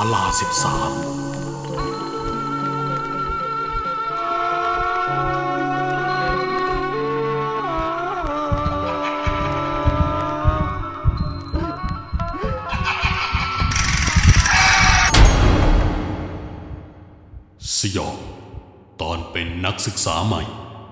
ลา13สยองตอนเป็นนักศึกษาใหม่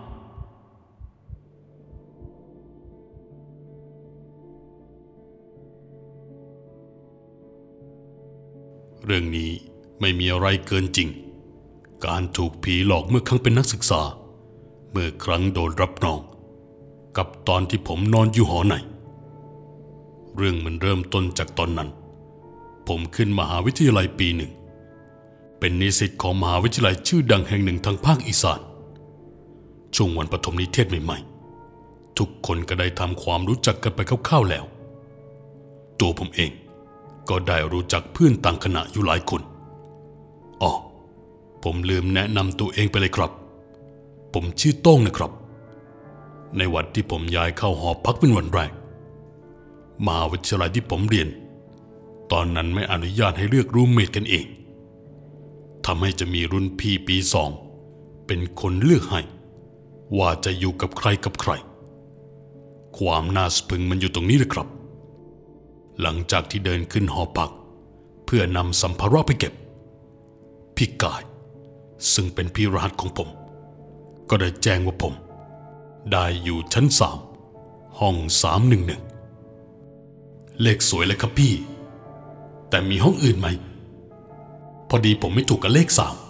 เรื่องนี้ไม่มีอะไรเกินจริงการถูกผีหลอกเมื่อครั้งเป็นนักศึกษาเมื่อครั้งโดนรับน้องกับตอนที่ผมนอนอยู่หอในเรื่องมันเริ่มต้นจากตอนนั้นผมขึ้นมหาวิทยาลัยปีหนึ่งเป็นนิสิตของมหาวิทยาลัยชื่อดังแห่งหนึ่งทางภาคอีสานช่วงวันประถมนิเทศใหม่ๆทุกคนก็ได้ทำความรู้จักกันไปคร่าวๆแล้วตัวผมเองก็ได้รู้จักเพื่อนต่างคณะอยู่หลายคนอ๋อผมลืมแนะนำตัวเองไปเลยครับผมชื่อโต้งนะครับในวันที่ผมย้ายเข้าหอพักเป็นวันแรกมหาวิทยาลัยที่ผมเรียนตอนนั้นไม่อนุญาตให้เลือกรูมเมทกันเองทำให้จะมีรุ่นพี่ปี2เป็นคนเลือกให้ว่าจะอยู่กับใครกับใครความน่าสะพรึงมันอยู่ตรงนี้เลยครับหลังจากที่เดินขึ้นหอพักเพื่อนำสัมภาระไปเก็บพี่กายซึ่งเป็นพี่รหัสของผมก็ได้แจ้งว่าผมได้อยู่ชั้น3ห้อง311เลขสวยเลยครับพี่แต่มีห้องอื่นไหมพอดีผมไม่ถูกกับเลข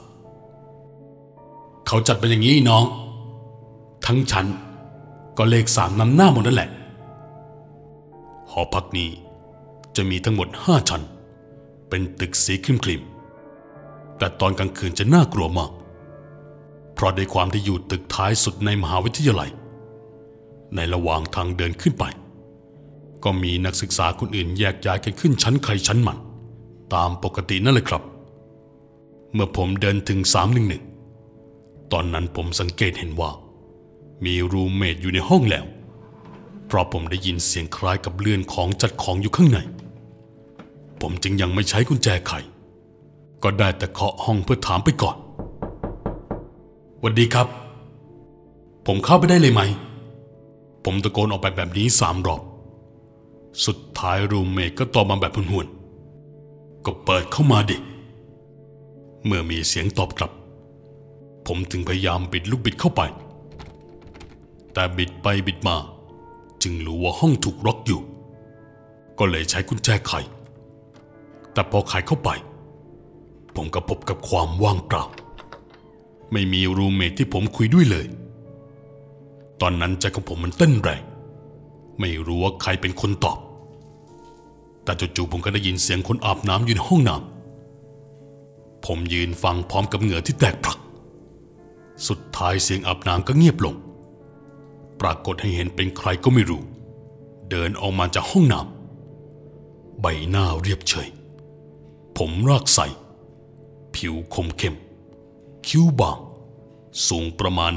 3เขาจัดเป็นอย่างนี้น้องทั้งชั้นก็เลข3นำหน้าหมดนั่นแหละหอพักนี้จะมีทั้งหมด5ชั้นเป็นตึกสีครีมๆแต่ตอนกลางคืนจะน่ากลัวมากเพราะด้วยความที่อยู่ตึกท้ายสุดในมหาวิทยาลัยในระหว่างทางเดินขึ้นไปก็มีนักศึกษาคนอื่นแยกย้ายกันขึ้นชั้นใครชั้นมันตามปกตินั่นเลยครับเมื่อผมเดินถึง311ตอนนั้นผมสังเกตเห็นว่ามีรูมเมทอยู่ในห้องแล้วเพราะผมได้ยินเสียงคล้ายกับเลื่อนของจัดของอยู่ข้างในผมจึงยังไม่ใช้กุญแจไขก็ได้แต่เคาะห้องเพื่อถามไปก่อนสวัสดีครับผมเข้าไปได้เลยไหมผมตะโกนออกไปแบบนี้3 รอบสุดท้ายรูมเมทก็ตอบมาแบบห่วนๆก็เปิดเข้ามาดิเมื่อมีเสียงตอบกลับผมถึงพยายามบิดลูกบิดเข้าไปแต่บิดไปบิดมาจึงรู้ว่าห้องถูกล็อกอยู่ก็เลยใช้กุญแจไขแต่พอไขเข้าไปผมก็พบกับความว่างเปล่าไม่มีรูมเมทที่ผมคุยด้วยเลยตอนนั้นใจของผมมันเต้นแรงไม่รู้ว่าใครเป็นคนตอบแต่จู่ๆผมก็ได้ยินเสียงคนอาบน้ำอยู่ในห้องน้ำผมยืนฟังพร้อมกับเหงื่อที่แตกพรักสุดท้ายเสียงอาบน้ำก็เงียบลงปรากฏให้เห็นเป็นใครก็ไม่รู้เดินออกมาจากห้องน้ำใบหน้าเรียบเฉยผมรากใสผิวคมเข้มคิ้วบางสูงประมาณ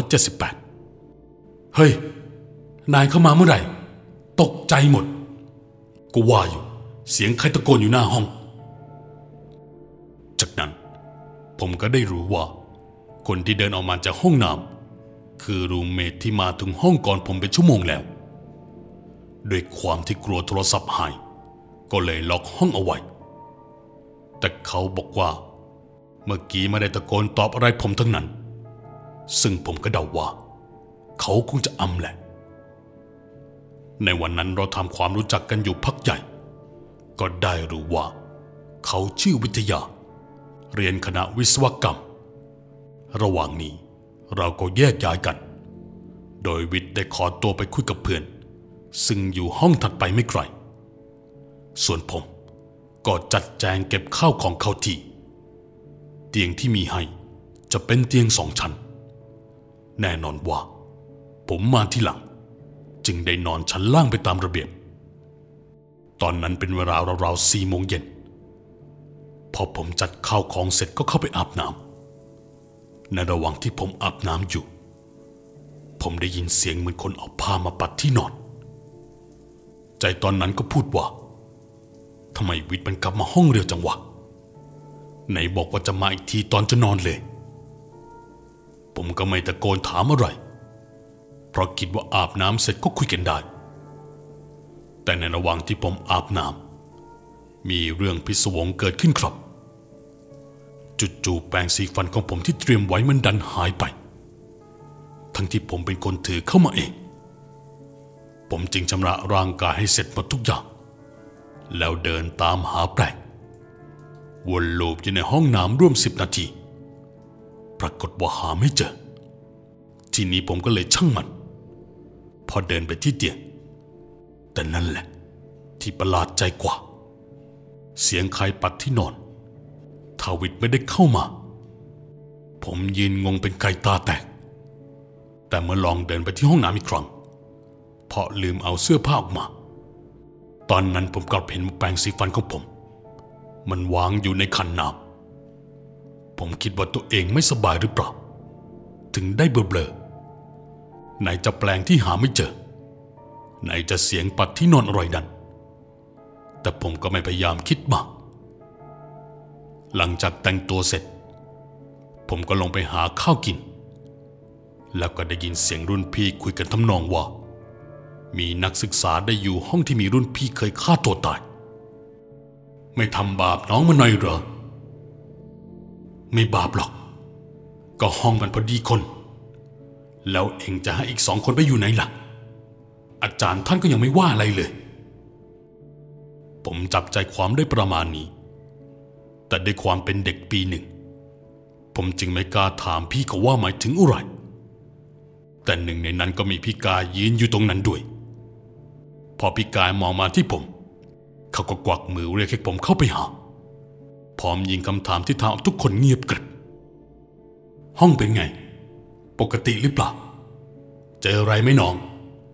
178เฮ้ยนายเข้ามาเมื่อไหร่ตกใจหมดก็ว่าอยู่เสียงใครตะโกนอยู่หน้าห้องจากนั้นผมก็ได้รู้ว่าคนที่เดินออกมาจากห้องน้ำคือรูมเมทที่มาถึงห้องก่อนผมเป็นชั่วโมงแล้วด้วยความที่กลัวโทรศัพท์หายก็เลยล็อกห้องเอาไว้แต่เขาบอกว่าเมื่อกี้ไม่ได้ตะโกนตอบอะไรผมทั้งนั้นซึ่งผมก็เดาว่าเขาคงจะอำแหละในวันนั้นเราทำความรู้จักกันอยู่พักใหญ่ก็ได้รู้ว่าเขาชื่อวิทยาเรียนคณะวิศวกรรมระหว่างนี้เราก็แยกย้ายกันโดยวิทย์ได้ขอตัวไปคุยกับเพื่อนซึ่งอยู่ห้องถัดไปไม่ไกลส่วนผมก็จัดแจงเก็บข้าวของเข้าที่เตียงที่มีให้จะเป็นเตียง2 ชั้นแน่นอนว่าผมมาที่หลังจึงได้นอนชั้นล่างไปตามระเบียบตอนนั้นเป็นเวลาราวๆ4 โมงเย็นพอผมจัดข้าวของเสร็จก็เข้าไปอาบน้ำในระหว่างที่ผมอาบน้ำอยู่ผมได้ยินเสียงเหมือนคนเอาผ้ามาปัดที่นอนใจตอนนั้นก็พูดว่าทำไมวิทย์มันกลับมาห้องเร็วจังวะไหนบอกว่าจะมาอีกทีตอนจะนอนเลยผมก็ไม่ตะโกนถามอะไรเพราะคิดว่าอาบน้ำเสร็จก็คุยกันได้แต่ในระหว่างที่ผมอาบน้ำมีเรื่องพิศวงเกิดขึ้นครับจู่ๆแปรงสีฟันของผมที่เตรียมไว้มันดันหายไปทั้งที่ผมเป็นคนถือเข้ามาเองผมจึงชำระร่างกายให้เสร็จหมดทุกอย่างแล้วเดินตามหาแปรงวนลูปอยู่ในห้องน้ำร่วม10 นาทีปรากฏว่าหาไม่เจอทีนี้ผมก็เลยช่างมันพอเดินไปที่เตียงแต่นั่นแหละที่ประหลาดใจกว่าเสียงใครปัดที่นอนทวิตไม่ได้เข้ามาผมยืนงงเป็นไก่ตาแตกแต่เมื่อลองเดินไปที่ห้องน้ำอีกครั้งเพราะลืมเอาเสื้อผ้าออกมาตอนนั้นผมกลับเห็นแปรงสีฟันของผมมันวางอยู่ในขันน้ำผมคิดว่าตัวเองไม่สบายหรือเปล่าถึงได้เบลอๆไหนจะแปลงที่หาไม่เจอไหนจะเสียงปัดที่นอนอร่อยดันแต่ผมก็ไม่พยายามคิดมากหลังจากแต่งตัวเสร็จผมก็ลงไปหาข้าวกินแล้วก็ได้ยินเสียงรุ่นพี่คุยกันทำนองว่ามีนักศึกษาได้อยู่ห้องที่มีรุ่นพี่เคยฆ่าตัวตายไม่ทำบาปน้องมันหน่อยเหรอไม่บาปหรอกก็ห้องมันพอดีคนแล้วเองจะให้อีก2 คนไปอยู่ไหนล่ะอาจารย์ท่านก็ยังไม่ว่าอะไรเลยผมจับใจความได้ประมาณนี้แต่ด้วยความเป็นเด็กปี 1ผมจึงไม่กล้าถามพี่เขาว่าหมายถึงอะไรแต่หนึ่งในนั้นก็มีพี่กายยืนอยู่ตรงนั้นด้วยพอพี่กายมองมาที่ผมเขาก็กวักมือเรียกให้ผมเข้าไปหาพร้อมยิงคำถามที่ทำเอาทุกคนเงียบกริบห้องเป็นไงปกติหรือเปล่าเจออะไรไหมน้อง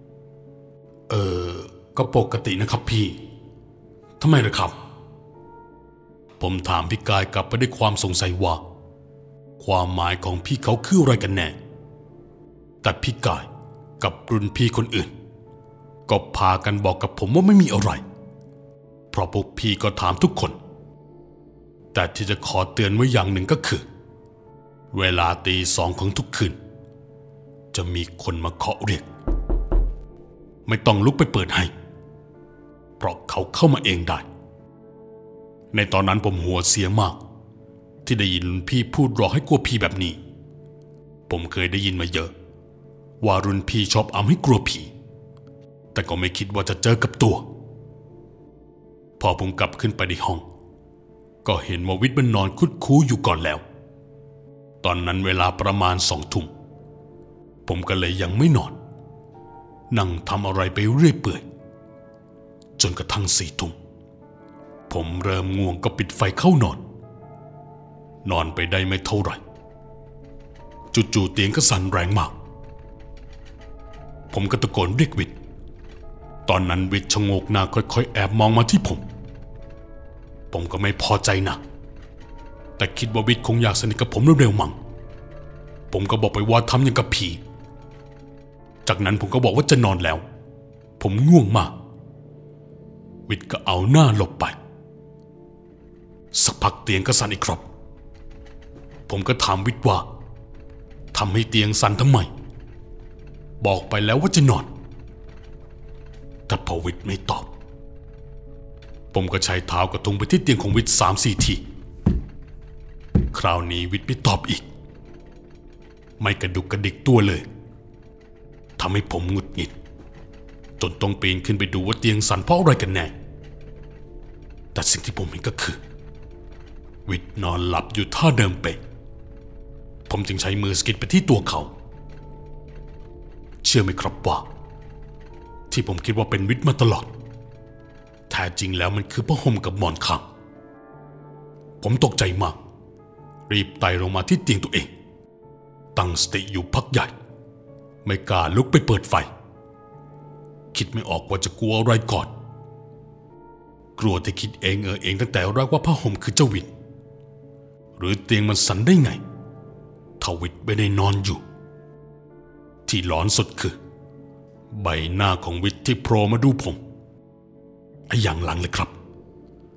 ก็ปกตินะครับพี่ทำไมล่ะครับผมถามพี่กายกลับไปด้วยความสงสัยว่าความหมายของพี่เขาคืออะไรกันแน่แต่พี่กายกับรุ่นพี่คนอื่นก็พากันบอกกับผมว่าไม่มีอะไรเพราะพวกพี่ก็ถามทุกคนแต่ที่จะขอเตือนไว้อย่างหนึ่งก็คือเวลาตี 2ของทุกคืนจะมีคนมาเคาะเรียกไม่ต้องลุกไปเปิดให้เพราะเขาเข้ามาเองได้ในตอนนั้นผมหัวเสียมากที่ได้ยินรุ่นพี่พูดหลอกให้กลัวผีแบบนี้ผมเคยได้ยินมาเยอะว่ารุ่นพี่ชอบอำให้กลัวผีแต่ก็ไม่คิดว่าจะเจอกับตัวพอผมกลับขึ้นไปในห้องก็เห็นว่าวิทย์มันนอนคุดคู้อยู่ก่อนแล้วตอนนั้นเวลาประมาณ2 ทุ่มผมก็เลยยังไม่นอนนั่งทำอะไรไปเรื่อยเปื่อยจนกระทั่ง4 ทุ่มผมเริ่มง่วงก็ปิดไฟเข้านอนไปได้ไม่เท่าไหร่จู่ๆเตียงก็สั่นแรงมากผมก็ตะโกนเรียกวิทย์ตอนนั้นวิทย์ชะโงกหน้าค่อยๆแอบมองมาที่ผมก็ไม่พอใจนะแต่คิดว่าวิทย์คงอยากสนิทกับผมเร็วๆมั้งผมก็บอกไปว่าทำอย่างกับผีจากนั้นผมก็บอกว่าจะนอนแล้วผมง่วงมากวิทย์ก็เอาหน้าหลบไปสักพักเตียงก็สั่นอีกครับผมก็ถามวิทย์ว่าทำให้เตียงสั่นทำไมบอกไปแล้วว่าจะนอนแต่พอวิทย์ไม่ตอบผมก็ใช้เท้ากระทุ้งไปที่เตียงของวิทย์ 3-4 ทีคราวนี้วิทย์ไม่ตอบอีกไม่กระดุกกระดิกตัวเลยทำให้ผมหงุดหงิดจนต้องปีนขึ้นไปดูว่าเตียงสั่นเพราะอะไรกันแน่แต่สิ่งที่ผมเห็นก็คือวิทย์นอนหลับอยู่ท่าเดิมเป๊ะผมจึงใช้มือสะกิดไปที่ตัวเขาเชื่อไหมครับว่าที่ผมคิดว่าเป็นวิทย์มาตลอดแท้จริงแล้วมันคือผ้าห่มกับหมอนข้างผมตกใจมากรีบไต่ลงมาที่เตียงตัวเองตั้งสติอยู่พักใหญ่ไม่กล้าลุกไปเปิดไฟคิดไม่ออกว่าจะกลัวอะไรก่อนกลัวแต่คิดเองตั้งแต่แรกว่าผ้าห่มคือเจ้าวิทย์หรือเตียงมันสั่นได้ไงถ้าวิทย์ไม่ได้นอนอยู่ที่หลอนสุดคือใบหน้าของวิทย์ที่โผล่มาดูผมอย่างหลังเลยครับท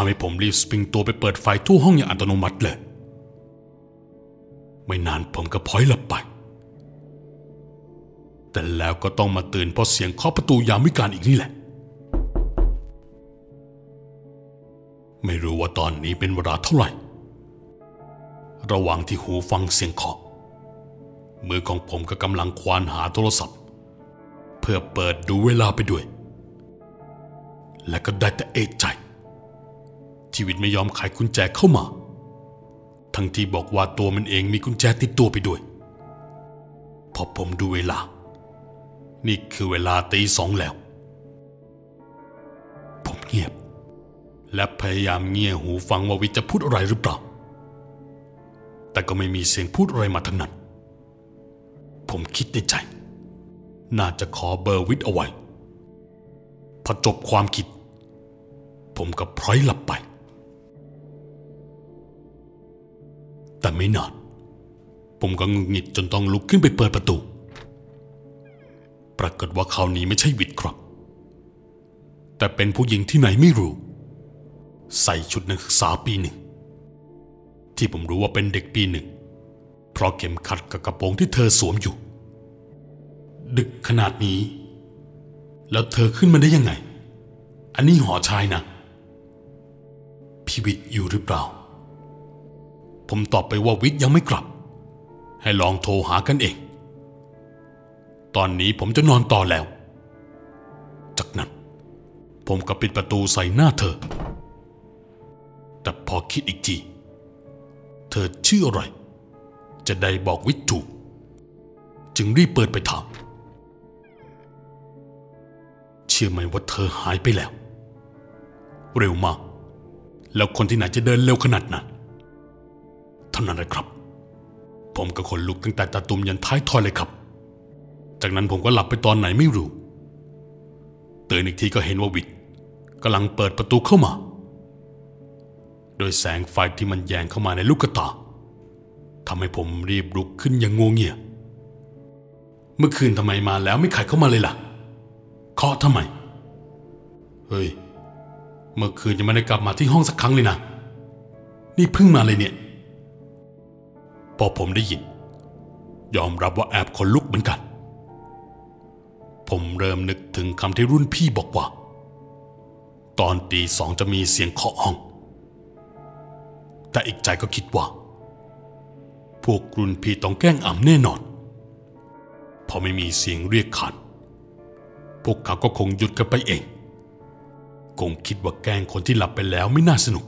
ำให้ผมรีบสปริงตัวไปเปิดไฟทั่วห้องอย่างอัตโนมัติเลยไม่นานผมก็พลอยหลับไปแต่แล้วก็ต้องมาตื่นเพราะเสียงเคาะประตูยามวิกาลอีกนี่แหละไม่รู้ว่าตอนนี้เป็นเวลาเท่าไหร่ระหว่างที่หูฟังเสียงเคาะมือของผมก็กำลังควานหาโทรศัพท์เพื่อเปิดดูเวลาไปด้วยและก็ได้แต่เอะใจที่วิทย์ไม่ยอมไขกุญแจเข้ามาทั้งที่บอกว่าตัวมันเองมีกุญแจติดตัวไปด้วยพอผมดูเวลานี่คือเวลาตี 2แล้วผมเงียบและพยายามเงี่ยหูฟังว่าวิทย์จะพูดอะไรหรือเปล่าแต่ก็ไม่มีเสียงพูดอะไรมาทั้งนั้นผมคิดในใจน่าจะขอเบอร์วิทย์เอาไว้พอจบความคิดผมก็พลอยหลับไปแต่ไม่นานผมก็หงุดหงิดจนต้องลุกขึ้นไปเปิดประตูปรากฏว่าคราวนี้ไม่ใช่วิทย์ครับแต่เป็นผู้หญิงที่ไหนไม่รู้ใส่ชุดนักศึกษาปีหนึ่งที่ผมรู้ว่าเป็นเด็กปีหนึ่งเพราะเข็มขัดกับกระโปรงที่เธอสวมอยู่ดึกขนาดนี้แล้วเธอขึ้นมาได้ยังไงอันนี้หอชายนะพี่วิทย์อยู่หรือเปล่าผมตอบไปว่าวิทย์ยังไม่กลับให้ลองโทรหากันเองตอนนี้ผมจะนอนต่อแล้วจากนั้นผมก็ปิดประตูใส่หน้าเธอแต่พอคิดอีกทีเธอชื่ออะไรจะได้บอกวิทย์ถูกจึงรีบเปิดไปถามเชื่อไหมว่าเธอหายไปแล้วเร็วมากแล้วคนที่ไหนจะเดินเร็วขนาดนั้นเท่านั้นเลยครับผมก็ขนลุกตั้งแต่ตาตุ่มยันท้ายทอยเลยครับจากนั้นผมก็หลับไปตอนไหนไม่รู้ตื่นอีกทีก็เห็นว่าวิทย์กำลังเปิดประตูเข้ามาโดยแสงไฟที่มันแยงเข้ามาในลูกตาทำให้ผมรีบลุกขึ้นอย่างงัวเงียเมื่อคืนทำไมมาแล้วไม่ไขเข้ามาเลยล่ะเคาะทำไมเฮ้ยเมื่อคืนยังไม่ได้กลับมาที่ห้องสักครั้งเลยนะนี่เพิ่งมาเลยเนี่ยพอผมได้ยินยอมรับว่าแอบขนลุกเหมือนกันผมเริ่มนึกถึงคำที่รุ่นพี่บอกว่าตอนตี 2จะมีเสียงเคาะห้องแต่อีกใจก็คิดว่าพวกรุ่นพี่ต้องแกล้งอำแน่นอนพอไม่มีเสียงเรียกขานพวกเขาก็คงหยุดกันไปเองคงคิดว่าแกล้งคนที่หลับไปแล้วไม่น่าสนุก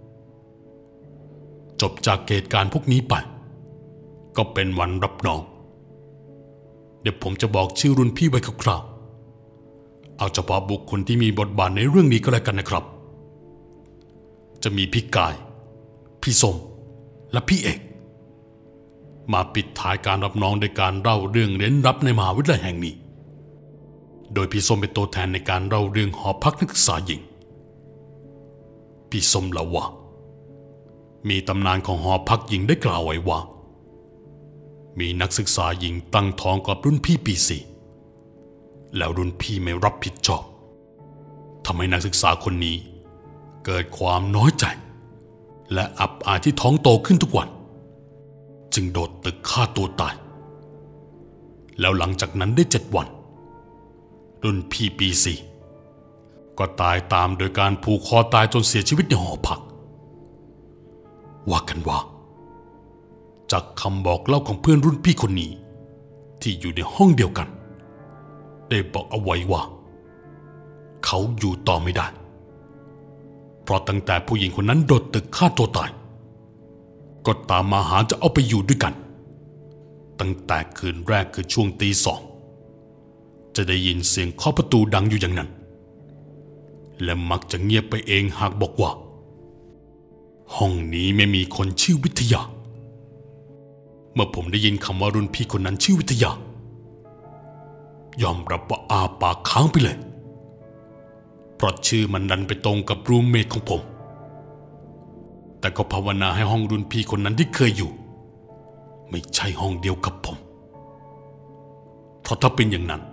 จบจากเหตุการณ์พวกนี้ไปก็เป็นวันรับน้องเดี๋ยวผมจะบอกชื่อรุ่นพี่ไว้คร่าวๆเอาเฉพาะบุคคลที่มีบทบาทในเรื่องนี้ก็แล้วกันนะครับจะมีพี่กายพี่ส้มและพี่เอกมาปิดท้ายการรับน้องโดยการเล่าเรื่องเร้นลับในมหาวิทยาลัยแห่งนี้โดยพี่ส้มเป็นตัวแทนในการเล่าเรื่องหอพักนักศึกษาหญิงพี่ส้มเล่าว่ามีตำนานของหอพักหญิงได้กล่าวไว้ว่ามีนักศึกษาหญิงตั้งท้องกับรุ่นพี่ปี 4แล้วรุ่นพี่ไม่รับผิดชอบทำให้นักศึกษาคนนี้เกิดความน้อยใจและอับอายที่ท้องโตขึ้นทุกวันจึงโดดตึกฆ่าตัวตายแล้วหลังจากนั้นได้7 วันรุ่นพี่ปี 4ก็ตายตามโดยการผูกคอตายจนเสียชีวิตในหอพักว่ากันว่าจากคำบอกเล่าของเพื่อนรุ่นพี่คนนี้ที่อยู่ในห้องเดียวกันได้บอกเอาไว้ว่าเขาอยู่ต่อไม่ได้เพราะตั้งแต่ผู้หญิงคนนั้นโดดตึกฆ่าตัวตายก็ตามมาหาจะเอาไปอยู่ด้วยกันตั้งแต่คืนแรกคือช่วงตี 2จะได้ยินเสียงเคาะประตูดังอยู่อย่างนั้นและมักจะเงียบไปเองหากบอกว่าห้องนี้ไม่มีคนชื่อวิทยาเมื่อผมได้ยินคำว่ารุ่นพี่คนนั้นชื่อวิทยายอมรับว่าอาปากค้างไปเลยเพราะชื่อมันดันไปตรงกับรูมเมทของผมแต่ก็ภาวนาให้ห้องรุ่นพี่คนนั้นที่เคยอยู่ไม่ใช่ห้องเดียวกับผมเพราะถ้าเป็นอย่างนั้น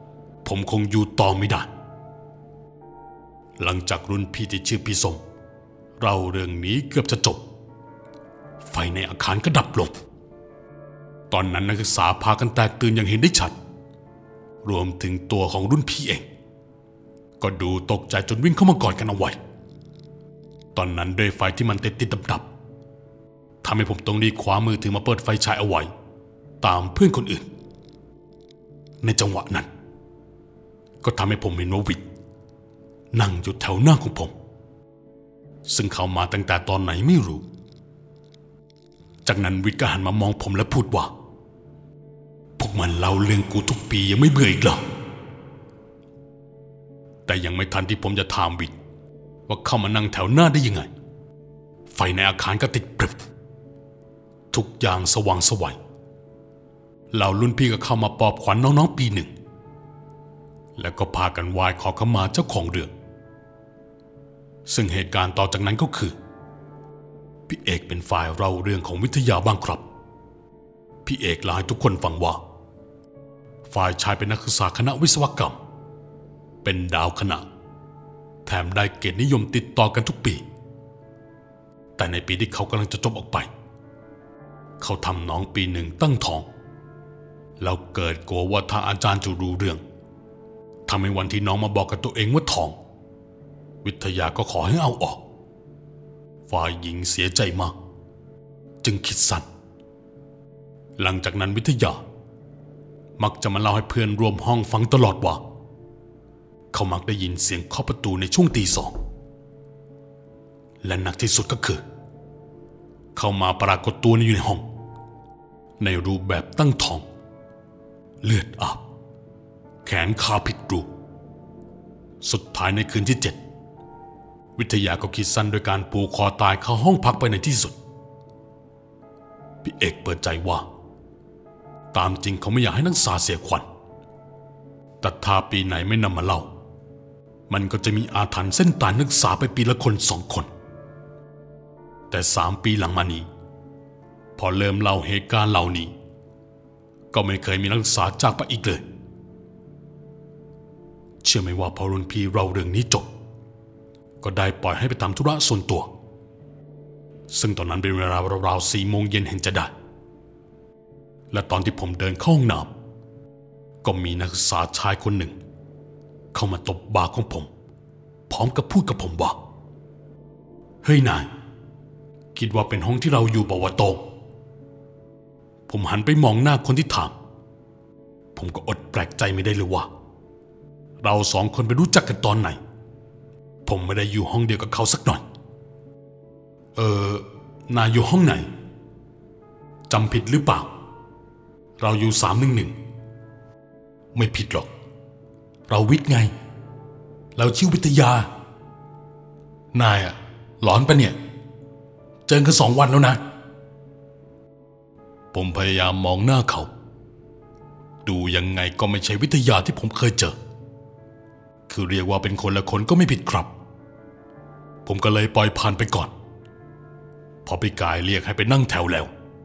ผมคงอยู่ต่อไม่ได้หลังจากรุ่นพี่ที่ชื่อพี่สมเราเรื่องนี้เกือบจะจบไฟในอาคารก็ดับลงตอนนั้นนักศึกษาพากันแตกตื่นอย่างเห็นได้ชัดรวมถึงตัวของรุ่นพี่เองก็ดูตกใจจนวิ่งเข้ามากอดกันเอาไว้ตอนนั้นด้วยไฟที่มันติดดับทำให้ผมต้องรีบคว้ามือถือมาเปิดไฟฉายเอาไว้ตามเพื่อนคนอื่นในจังหวะนั้นก็ทำให้ผมเห็นว่าวิทย์นั่งอยู่แถวหน้าของผมซึ่งเขามาตั้งแต่ตอนไหนไม่รู้จากนั้นวิทย์ก็หันมามองผมและพูดว่าพวกมันเล่าเรื่องกูทุกปียังไม่เบื่ออีกเหรอแต่ยังไม่ทันที่ผมจะถามวิทย์ว่าเข้ามานั่งแถวหน้าได้ยังไงไฟในอาคารก็ติดปริบทุกอย่างสว่างไสวเหล่ารุ่นพี่ก็เข้ามาปลอบขวัญน้องๆปีหนึ่งแล้วก็พากันไหว้ขอขมาเจ้าของเรื่องซึ่งเหตุการณ์ต่อจากนั้นก็คือพี่เอกเป็นฝ่ายเล่าเรื่องของวิทยาบ้างครับพี่เอกเล่าให้ทุกคนฟังว่าฝ่ายชายเป็นนักศึกษาคณะวิศวกรรมเป็นดาวคณะแถมได้เกียรตินิยมติดต่อกันทุกปีแต่ในปีที่เขากำลังจะจบออกไปเขาทำน้องปีหนึ่งตั้งท้องแล้วเกิดกลัวว่าถ้าอาจารย์จะรู้เรื่องทำให้วันที่น้องมาบอกกับตัวเองว่าท้องวิทยาก็ขอให้เอาออกฝ่ายหญิงเสียใจมากจึงคิดสั้นหลังจากนั้นวิทยามักจะมาเล่าให้เพื่อนร่วมห้องฟังตลอดว่าเขามักได้ยินเสียงเคาะประตูในช่วงตี 2และหนักที่สุดก็คือเขามาปรากฏตัวอยู่ในห้องในรูปแบบตั้งท้องเลือดอาบแขนขาผิดรูปสุดท้ายในคืนที่ 7วิทยาก็คิดสั้นโดยการผูกคอตายเข้าห้องพักไปในที่สุดพี่เอกเปิดใจว่าตามจริงเขาไม่อยากให้นักศึกษาเสียขวัญแต่ถ้าปีไหนไม่นำมาเล่ามันก็จะมีอาถรรพ์เส้นตายนักศึกษาไปปีละคน2 คนแต่3 ปีหลังมานี้พอเริ่มเล่าเหตุการณ์เหล่านี้ก็ไม่เคยมีนักศึกษาจากไปอีกเลยเชื่อไหมว่าพอรุ่นพี่เราเรื่องนี้จบก็ได้ปล่อยให้ไปทำธุระส่วนตัวซึ่งตอนนั้นเป็นเวลาราวๆ4 โมงเย็นเห็นจะได้และตอนที่ผมเดินเข้าห้องน้ำก็มีนักศึกษาชายคนหนึ่งเข้ามาตบบ่าของผมพร้อมกับพูดกับผมว่าเฮ้ยนายคิดว่าเป็นห้องที่เราอยู่บ่าวะโตงผมหันไปมองหน้าคนที่ถามผมก็อดแปลกใจไม่ได้เลยว่าเรา2 คนไปรู้จักกันตอนไหนผมไม่ได้อยู่ห้องเดียวกับเขาสักหน่อยนายอยู่ห้องไหนจำผิดหรือเปล่าเราอยู่311ไม่ผิดหรอกเราวิทย์ไงเราชื่อวิทยานายอะหลอนปะเนี่ยเจอกัน2 วันแล้วนะผมพยายามมองหน้าเขาดูยังไงก็ไม่ใช่วิทยาที่ผมเคยเจอคือเรียกว่าเป็นคนละคนก็ไม่ผิดครับผมก็เลยปล่อยผ่านไปก่อนพอพี่กายเรียกให้ไปนั่งแถวแล้ว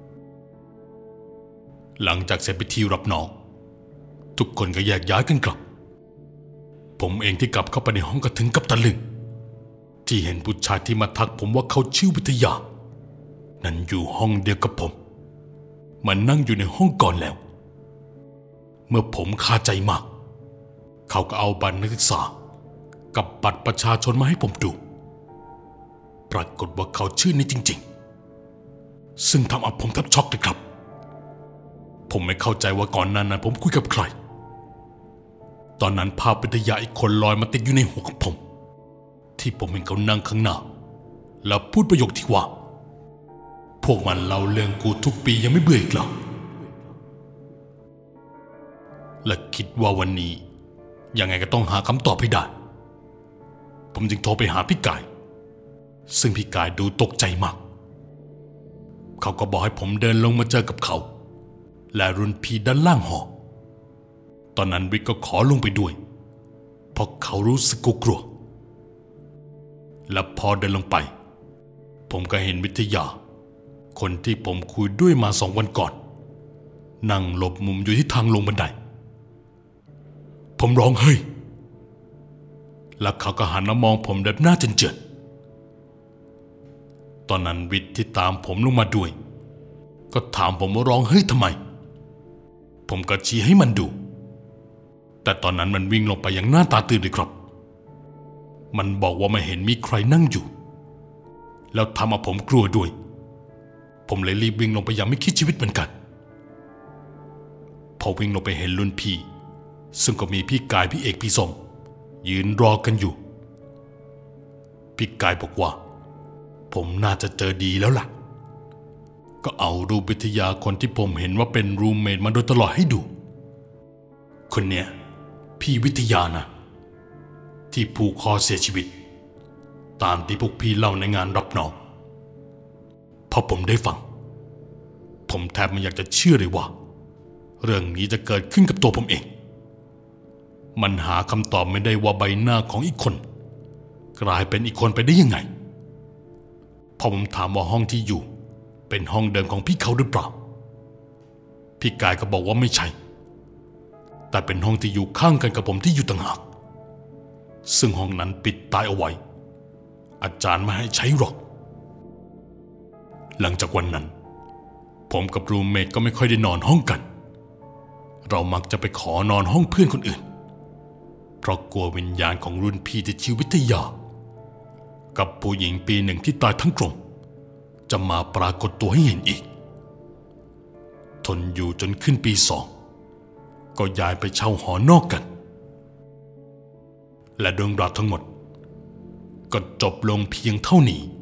หลังจากเสร็จพิธีรับน้องทุกคนก็แยกย้ายกันกลับผมเองที่กลับเข้าไปในห้องก็ถึงกับตะลึงที่เห็นผู้ชายที่มาทักผมว่าเขาชื่อวิทยานั้นอยู่ห้องเดียวกับผมมันนั่งอยู่ในห้องก่อนแล้วเมื่อผมคาใจมากเขาก็เอาบัตรนักศึกษากับบัตรประชาชนมาให้ผมดูปรากฏว่าเขาชื่อนี้จริงๆซึ่งทำเอาผมแทบช็อกเลยครับผมไม่เข้าใจว่าก่อนหน้านั้นผมคุยกับใครตอนนั้นภาพวิทยาอีกคนลอยมาติดอยู่ในหัวของผมที่ผมเห็นเขานั่งข้างหน้าแล้วพูดประโยคที่ว่าพวกมันเล่าเรื่องกูทุกปียังไม่เบื่ออีกเหรอและคิดว่าวันนี้ยังไงก็ต้องหาคำตอบให้ได้ผมจึงโทรไปหาพี่กายซึ่งพี่กายดูตกใจมากเขาก็บอกให้ผมเดินลงมาเจอกับเขาและรุ่นพี่ด้านล่างหอตอนนั้นวิกก็ขอลงไปด้วยเพราะเขารู้สึกกลัวและพอเดินลงไปผมก็เห็นวิทยาคนที่ผมคุยด้วยมา2 วันก่อนนั่งหลบมุมอยู่ที่ทางลงบันไดผมร้องเฮ้ยแล้วเขาก็หันมามองผมแบบหน้าเจือนตอนนั้นวิทย์ที่ตามผมลงมาด้วยก็ถามผมว่าร้องเฮ้ยทำไมผมก็ชี้ให้มันดูแต่ตอนนั้นมันวิ่งลงไปอย่างหน้าตาตื่นเลยครับมันบอกว่าไม่เห็นมีใครนั่งอยู่แล้วทำเอาผมกลัวด้วยผมเลยรีบวิ่งลงไปอย่างไม่คิดชีวิตเหมือนกันพอวิ่งลงไปเห็นรุ่นพี่ซึ่งก็มีพี่กายพี่เอกพี่สมยืนรอกันอยู่พี่กายบอกว่าผมน่าจะเจอดีแล้วล่ะก็เอารูปวิทยาคนที่ผมเห็นว่าเป็นรูมเมทมาโดยตลอดให้ดูคนเนี้ยพี่วิทยานะที่ผูกคอเสียชีวิตตามที่พวกพี่เล่าในงานรับน้องพอผมได้ฟังผมแทบไม่อยากจะเชื่อเลยว่าเรื่องนี้จะเกิดขึ้นกับตัวผมเองมันหาคำตอบไม่ได้ว่าใบหน้าของอีกคนกลายเป็นอีกคนไปได้ยังไงพอผมถามว่าห้องที่อยู่เป็นห้องเดิมของพี่เขาหรือเปล่าพี่กายก็บอกว่าไม่ใช่แต่เป็นห้องที่อยู่ข้างกันกับผมที่อยู่ต่างหากซึ่งห้องนั้นปิดตายเอาไว้อาจารย์ไม่ให้ใช้หรอกหลังจากวันนั้นผมกับรูมเมทก็ไม่ค่อยได้นอนห้องกันเรามักจะไปขอนอนห้องเพื่อนคนอื่นเพราะกลัววิญญาณของรุ่นพี่ที่ชื่อวิทยากับผู้หญิงปีหนึ่งที่ตายทั้งกลมจะมาปรากฏตัวให้เห็นอีกทนอยู่จนขึ้นปี2ก็ย้ายไปเช่าหอนอกกันและเรื่องราวทั้งหมดก็จบลงเพียงเท่านี้